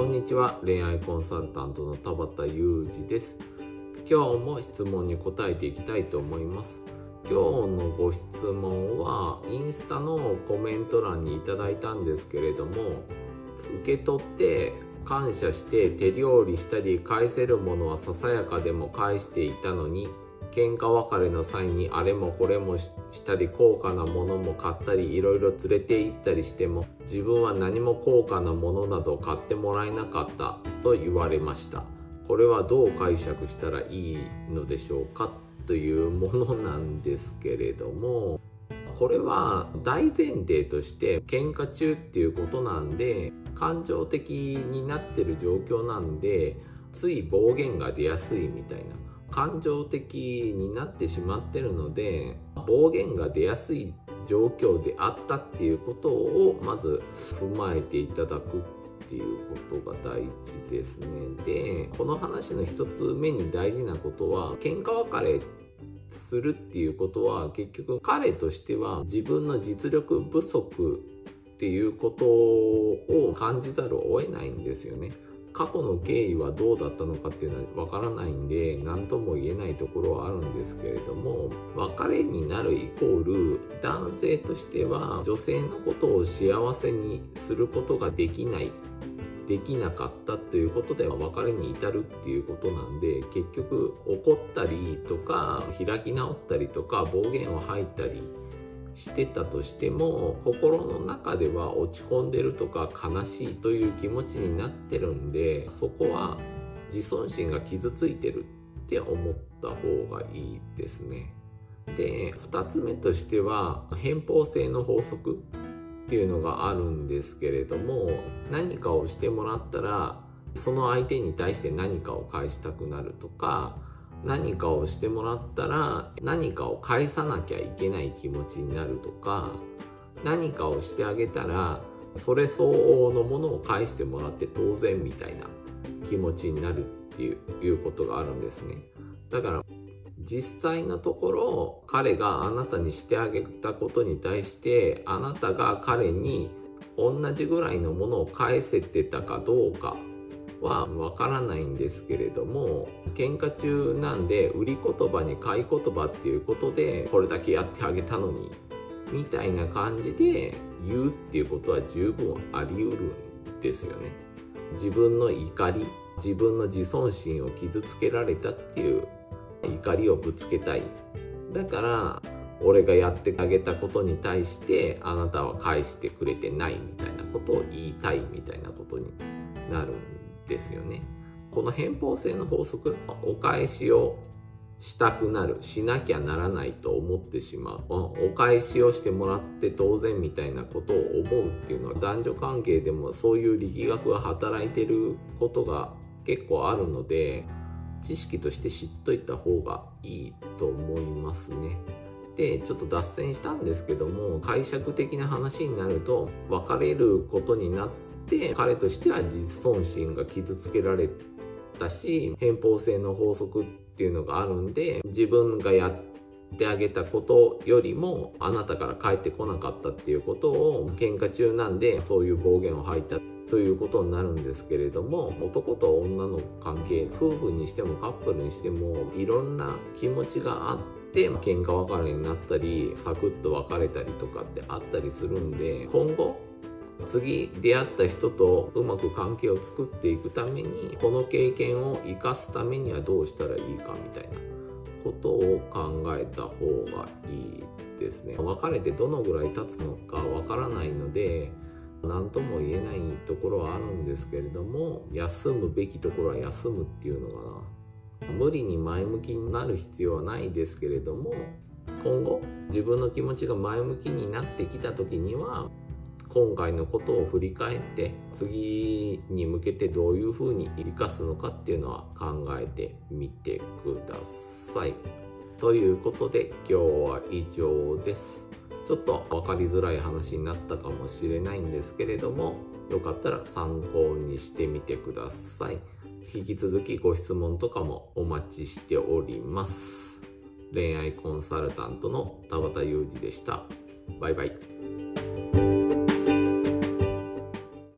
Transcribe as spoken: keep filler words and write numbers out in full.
こんにちは。恋愛コンサルタントの田畑裕二です。今日も質問に答えていきたいと思います。今日のご質問はインスタのコメント欄にいただいたんですけれども、受け取って感謝して手料理したり返せるものはささやかでも返していたのに、喧嘩別れの際にあれもこれもしたり高価なものも買ったりいろいろ連れて行ったりしても自分は何も高価なものなど買ってもらえなかったと言われました。これはどう解釈したらいいのでしょうかというものなんですけれども、これは大前提として喧嘩中っていうことなんで、感情的になってる状況なんでつい暴言が出やすいみたいな、感情的になってしまってるので暴言が出やすい状況であったっていうことをまず踏まえていただくっていうことが大事ですね。で、この話の一つ目に大事なことは、喧嘩別れするっていうことは結局彼としては自分の実力不足っていうことを感じざるを得ないんですよね。過去の経緯はどうだったのかっていうのはわからないんで何とも言えないところはあるんですけれども、別れになるイコール男性としては女性のことを幸せにすることができないできなかったということで別れに至るっていうことなんで、結局怒ったりとか開き直ったりとか暴言を吐いたりしてたとしても心の中では落ち込んでるとか悲しいという気持ちになってるんで、そこは自尊心が傷ついてるって思った方がいいですね。で、ふたつめとしては偏方性の法則っていうのがあるんですけれども、何かをしてもらったらその相手に対して何かを返したくなるとか、何かをしてもらったら何かを返さなきゃいけない気持ちになるとか、何かをしてあげたらそれ相応のものを返してもらって当然みたいな気持ちになるっていう、いうことがあるんですね。だから実際のところ彼があなたにしてあげたことに対してあなたが彼に同じぐらいのものを返せてたかどうかはわからないんですけれども、喧嘩中なんで売り言葉に買い言葉っていうことでこれだけやってあげたのにみたいな感じで言うっていうことは十分あり得るんですよね。自分の怒り、自分の自尊心を傷つけられたっていう怒りをぶつけたい。だから俺がやってあげたことに対してあなたは返してくれてないみたいなことを言いたいみたいなことになるんですよね。この偏方性の法則、お返しをしたくなる、しなきゃならないと思ってしまう、お返しをしてもらって当然みたいなことを思うっていうのは男女関係でもそういう力学が働いてることが結構あるので、知識として知っといた方がいいと思いますね。で、ちょっと脱線したんですけども、解釈的な話になると別れることになって彼としては自尊心が傷つけられたし、偏方性の法則っていうのがあるんで、自分がやってあげたことよりもあなたから返ってこなかったっていうことを喧嘩中なんでそういう暴言を吐いたということになるんですけれども、男と女の関係、夫婦にしてもカップルにしてもいろんな気持ちがあって喧嘩別れになったりサクッと別れたりとかってあったりするんで、今後次出会った人とうまく関係を作っていくためにこの経験を生かすためにはどうしたらいいかみたいなことを考えた方がいいですね。別れてどのぐらい経つのかわからないので何とも言えないところはあるんですけれども、休むべきところは休むっていうのかな。無理に前向きになる必要はないですけれども、今後自分の気持ちが前向きになってきた時には今回のことを振り返って次に向けてどういうふうに生かすのかっていうのは考えてみてください。ということで今日は以上です。ちょっと分かりづらい話になったかもしれないんですけれども、よかったら参考にしてみてください。引き続きご質問とかもお待ちしております。恋愛コンサルタントの田畑裕二でした。バイバイ。